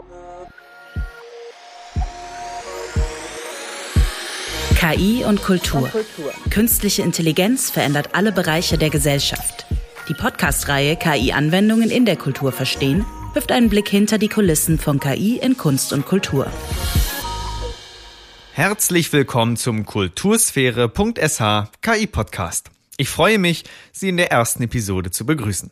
KI und Kultur. Künstliche Intelligenz verändert alle Bereiche der Gesellschaft. Die Podcast-Reihe KI-Anwendungen in der Kultur verstehen wirft einen Blick hinter die Kulissen von KI in Kunst und Kultur. Herzlich willkommen zum Kultursphäre.sh KI-Podcast. Ich freue mich, Sie in der ersten Episode zu begrüßen.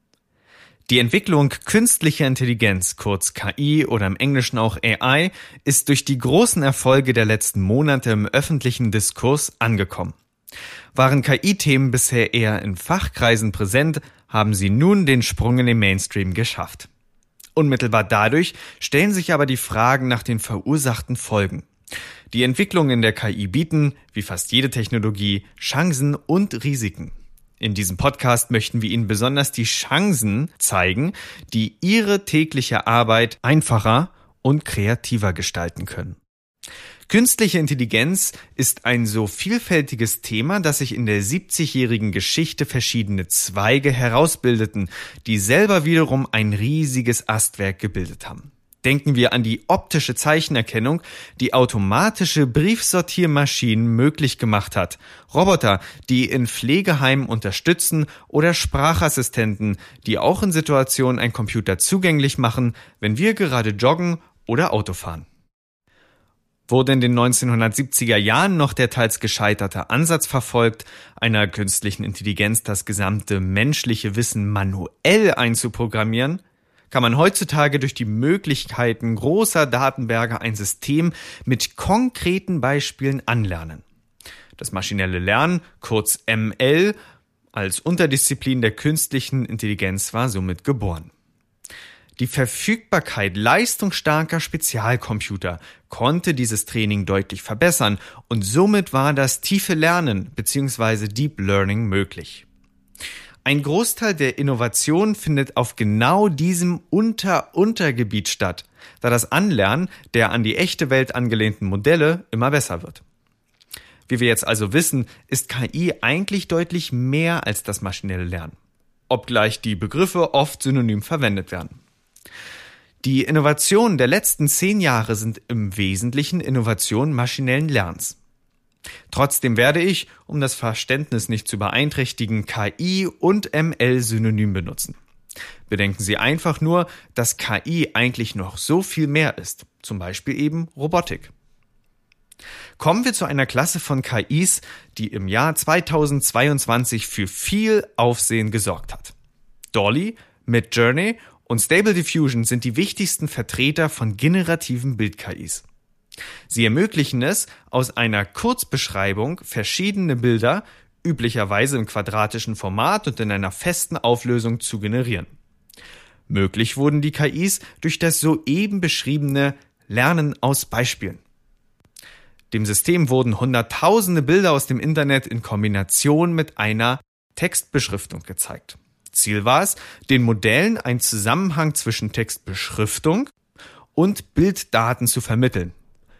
Die Entwicklung künstlicher Intelligenz, kurz KI oder im Englischen auch AI, ist durch die großen Erfolge der letzten Monate im öffentlichen Diskurs angekommen. Waren KI-Themen bisher eher in Fachkreisen präsent, haben sie nun den Sprung in den Mainstream geschafft. Unmittelbar dadurch stellen sich aber die Fragen nach den verursachten Folgen. Die Entwicklungen in der KI bieten, wie fast jede Technologie, Chancen und Risiken. In diesem Podcast möchten wir Ihnen besonders die Chancen zeigen, die Ihre tägliche Arbeit einfacher und kreativer gestalten können. Künstliche Intelligenz ist ein so vielfältiges Thema, dass sich in der 70-jährigen Geschichte verschiedene Zweige herausbildeten, die selber wiederum ein riesiges Astwerk gebildet haben. Denken wir an die optische Zeichenerkennung, die automatische Briefsortiermaschinen möglich gemacht hat, Roboter, die in Pflegeheimen unterstützen oder Sprachassistenten, die auch in Situationen einen Computer zugänglich machen, wenn wir gerade joggen oder Auto fahren. Wurde in den 1970er Jahren noch der teils gescheiterte Ansatz verfolgt, einer künstlichen Intelligenz das gesamte menschliche Wissen manuell einzuprogrammieren, kann man heutzutage durch die Möglichkeiten großer Datenberge ein System mit konkreten Beispielen anlernen. Das maschinelle Lernen, kurz ML, als Unterdisziplin der künstlichen Intelligenz war somit geboren. Die Verfügbarkeit leistungsstarker Spezialcomputer konnte dieses Training deutlich verbessern und somit war das tiefe Lernen bzw. Deep Learning möglich. Ein Großteil der Innovation findet auf genau diesem Untergebiet statt, da das Anlernen der an die echte Welt angelehnten Modelle immer besser wird. Wie wir jetzt also wissen, ist KI eigentlich deutlich mehr als das maschinelle Lernen, obgleich die Begriffe oft synonym verwendet werden. Die Innovationen der letzten 10 Jahre sind im Wesentlichen Innovationen maschinellen Lernens. Trotzdem werde ich, um das Verständnis nicht zu beeinträchtigen, KI und ML synonym benutzen. Bedenken Sie einfach nur, dass KI eigentlich noch so viel mehr ist, zum Beispiel eben Robotik. Kommen wir zu einer Klasse von KIs, die im Jahr 2022 für viel Aufsehen gesorgt hat. DALL-E, Midjourney und Stable Diffusion sind die wichtigsten Vertreter von generativen Bild-KIs. Sie ermöglichen es, aus einer Kurzbeschreibung verschiedene Bilder, üblicherweise im quadratischen Format und in einer festen Auflösung, zu generieren. Möglich wurden die KIs durch das soeben beschriebene Lernen aus Beispielen. Dem System wurden hunderttausende Bilder aus dem Internet in Kombination mit einer Textbeschriftung gezeigt. Ziel war es, den Modellen einen Zusammenhang zwischen Textbeschriftung und Bilddaten zu vermitteln,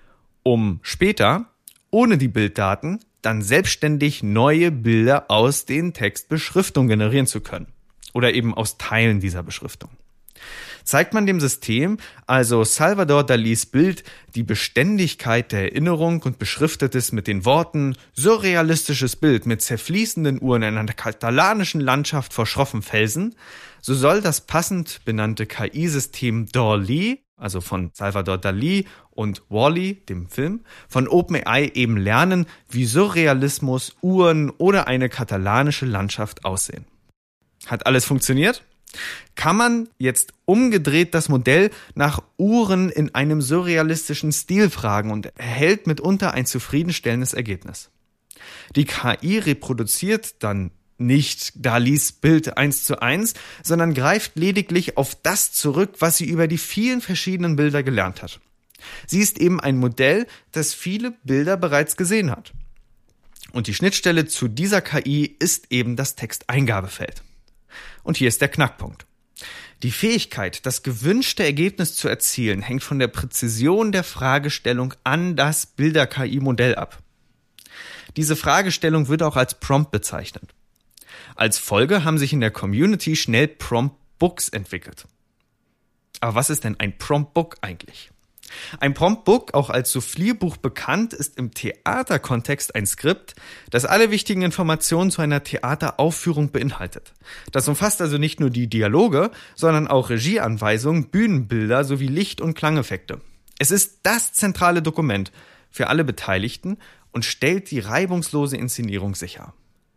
um später, ohne die Bilddaten, dann selbstständig neue Bilder aus den Textbeschriftungen generieren zu können oder eben aus Teilen dieser Beschriftung. Zeigt man dem System also Salvador Dalís Bild die Beständigkeit der Erinnerung und beschriftet es mit den Worten surrealistisches Bild mit zerfließenden Uhren in einer katalanischen Landschaft vor schroffen Felsen, so soll das passend benannte KI-System DALL-E, also von Salvador Dalí, und WALL-E, dem Film, von OpenAI eben lernen, wie Surrealismus, Uhren oder eine katalanische Landschaft aussehen. Hat alles funktioniert? Kann man jetzt umgedreht das Modell nach Uhren in einem surrealistischen Stil fragen und erhält mitunter ein zufriedenstellendes Ergebnis. Die KI reproduziert dann nicht Dalís Bild 1:1, sondern greift lediglich auf das zurück, was sie über die vielen verschiedenen Bilder gelernt hat. Sie ist eben ein Modell, das viele Bilder bereits gesehen hat. Und die Schnittstelle zu dieser KI ist eben das Texteingabefeld. Und hier ist der Knackpunkt. Die Fähigkeit, das gewünschte Ergebnis zu erzielen, hängt von der Präzision der Fragestellung an das Bilder-KI-Modell ab. Diese Fragestellung wird auch als Prompt bezeichnet. Als Folge haben sich in der Community schnell Prompt-Books entwickelt. Aber was ist denn ein Promptbook eigentlich? Ein Promptbook, auch als Soufflierbuch bekannt, ist im Theaterkontext ein Skript, das alle wichtigen Informationen zu einer Theateraufführung beinhaltet. Das umfasst also nicht nur die Dialoge, sondern auch Regieanweisungen, Bühnenbilder sowie Licht- und Klangeffekte. Es ist das zentrale Dokument für alle Beteiligten und stellt die reibungslose Inszenierung sicher.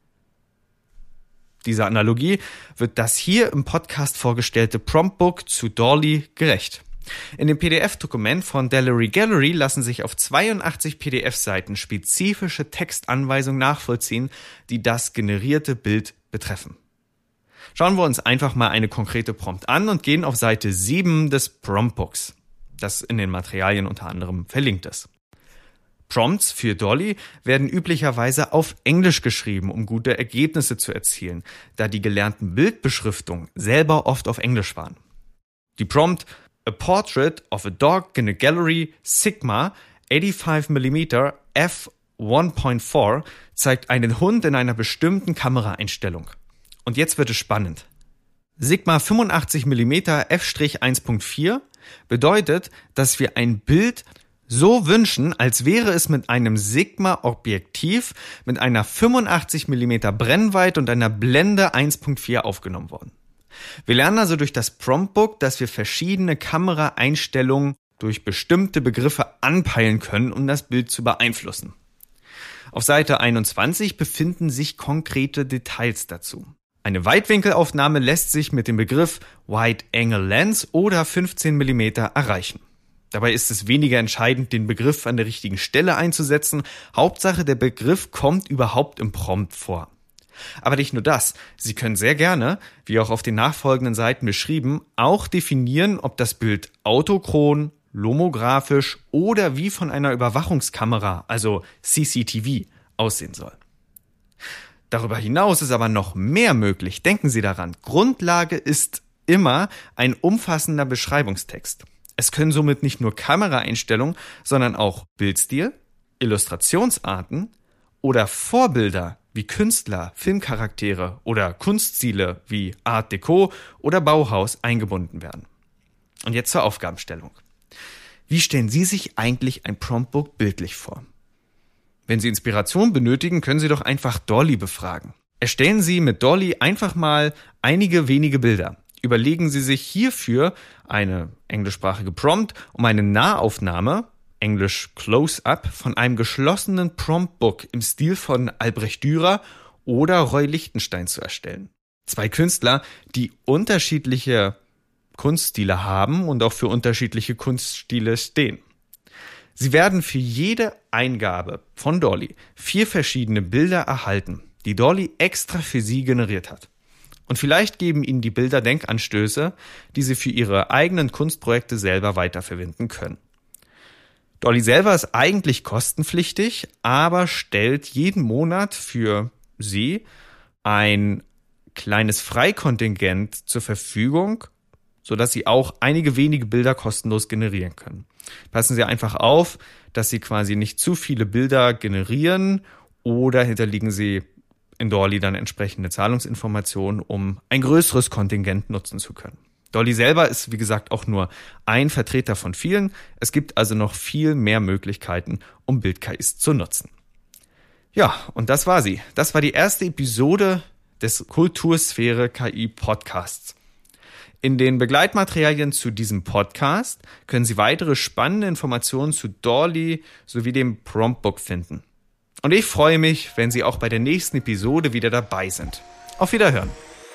Dieser Analogie wird das hier im Podcast vorgestellte Promptbook zu Dolly gerecht. In dem PDF-Dokument von Delivery Gallery lassen sich auf 82 PDF-Seiten spezifische Textanweisungen nachvollziehen, die das generierte Bild betreffen. Schauen wir uns einfach mal eine konkrete Prompt an und gehen auf Seite 7 des Promptbooks, das in den Materialien unter anderem verlinkt ist. Prompts für Dolly werden üblicherweise auf Englisch geschrieben, um gute Ergebnisse zu erzielen, da die gelernten Bildbeschriftungen selber oft auf Englisch waren. Die Prompt A Portrait of a Dog in a Gallery Sigma 85mm f1.4 zeigt einen Hund in einer bestimmten Kameraeinstellung. Und jetzt wird es spannend. Sigma 85mm f/1.4 bedeutet, dass wir ein Bild so wünschen, als wäre es mit einem Sigma-Objektiv mit einer 85mm Brennweite und einer Blende 1.4 aufgenommen worden. Wir lernen also durch das Promptbook, dass wir verschiedene Kameraeinstellungen durch bestimmte Begriffe anpeilen können, um das Bild zu beeinflussen. Auf Seite 21 befinden sich konkrete Details dazu. Eine Weitwinkelaufnahme lässt sich mit dem Begriff Wide Angle Lens oder 15mm erreichen. Dabei ist es weniger entscheidend, den Begriff an der richtigen Stelle einzusetzen. Hauptsache, der Begriff kommt überhaupt im Prompt vor. Aber nicht nur das, Sie können sehr gerne, wie auch auf den nachfolgenden Seiten beschrieben, auch definieren, ob das Bild autochron, lomographisch oder wie von einer Überwachungskamera, also CCTV, aussehen soll. Darüber hinaus ist aber noch mehr möglich. Denken Sie daran, Grundlage ist immer ein umfassender Beschreibungstext. Es können somit nicht nur Kameraeinstellungen, sondern auch Bildstil, Illustrationsarten oder Vorbilder wie Künstler, Filmcharaktere oder Kunststile wie Art Deco oder Bauhaus eingebunden werden. Und jetzt zur Aufgabenstellung. Wie stellen Sie sich eigentlich ein Promptbook bildlich vor? Wenn Sie Inspiration benötigen, können Sie doch einfach Dolly befragen. Erstellen Sie mit Dolly einfach mal einige wenige Bilder. Überlegen Sie sich hierfür eine englischsprachige Prompt, um eine Nahaufnahme, Englisch Close-Up, von einem geschlossenen Promptbook im Stil von Albrecht Dürer oder Roy Lichtenstein zu erstellen. Zwei Künstler, die unterschiedliche Kunststile haben und auch für unterschiedliche Kunststile stehen. Sie werden für jede Eingabe von Dolly 4 verschiedene Bilder erhalten, die Dolly extra für Sie generiert hat. Und vielleicht geben Ihnen die Bilder Denkanstöße, die Sie für Ihre eigenen Kunstprojekte selber weiterverwenden können. Dolly selber ist eigentlich kostenpflichtig, aber stellt jeden Monat für Sie ein kleines Freikontingent zur Verfügung, sodass Sie auch einige wenige Bilder kostenlos generieren können. Passen Sie einfach auf, dass Sie quasi nicht zu viele Bilder generieren oder hinterlegen Sie in Dolly dann entsprechende Zahlungsinformationen, um ein größeres Kontingent nutzen zu können. Dolly selber ist, wie gesagt, auch nur ein Vertreter von vielen. Es gibt also noch viel mehr Möglichkeiten, um Bild-KIs zu nutzen. Ja, und das war sie. Das war die erste Episode des Kultursphäre KI Podcasts. In den Begleitmaterialien zu diesem Podcast können Sie weitere spannende Informationen zu Dolly sowie dem Promptbook finden. Und ich freue mich, wenn Sie auch bei der nächsten Episode wieder dabei sind. Auf Wiederhören.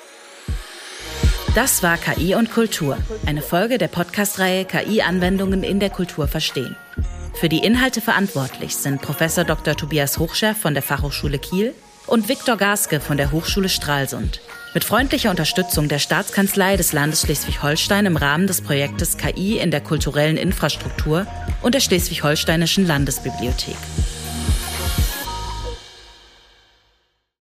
Das war KI und Kultur, eine Folge der Podcast-Reihe KI-Anwendungen in der Kultur verstehen. Für die Inhalte verantwortlich sind Prof. Dr. Tobias Hochscher von der Fachhochschule Kiel und Viktor Gaske von der Hochschule Stralsund. Mit freundlicher Unterstützung der Staatskanzlei des Landes Schleswig-Holstein im Rahmen des Projektes KI in der kulturellen Infrastruktur und der Schleswig-Holsteinischen Landesbibliothek.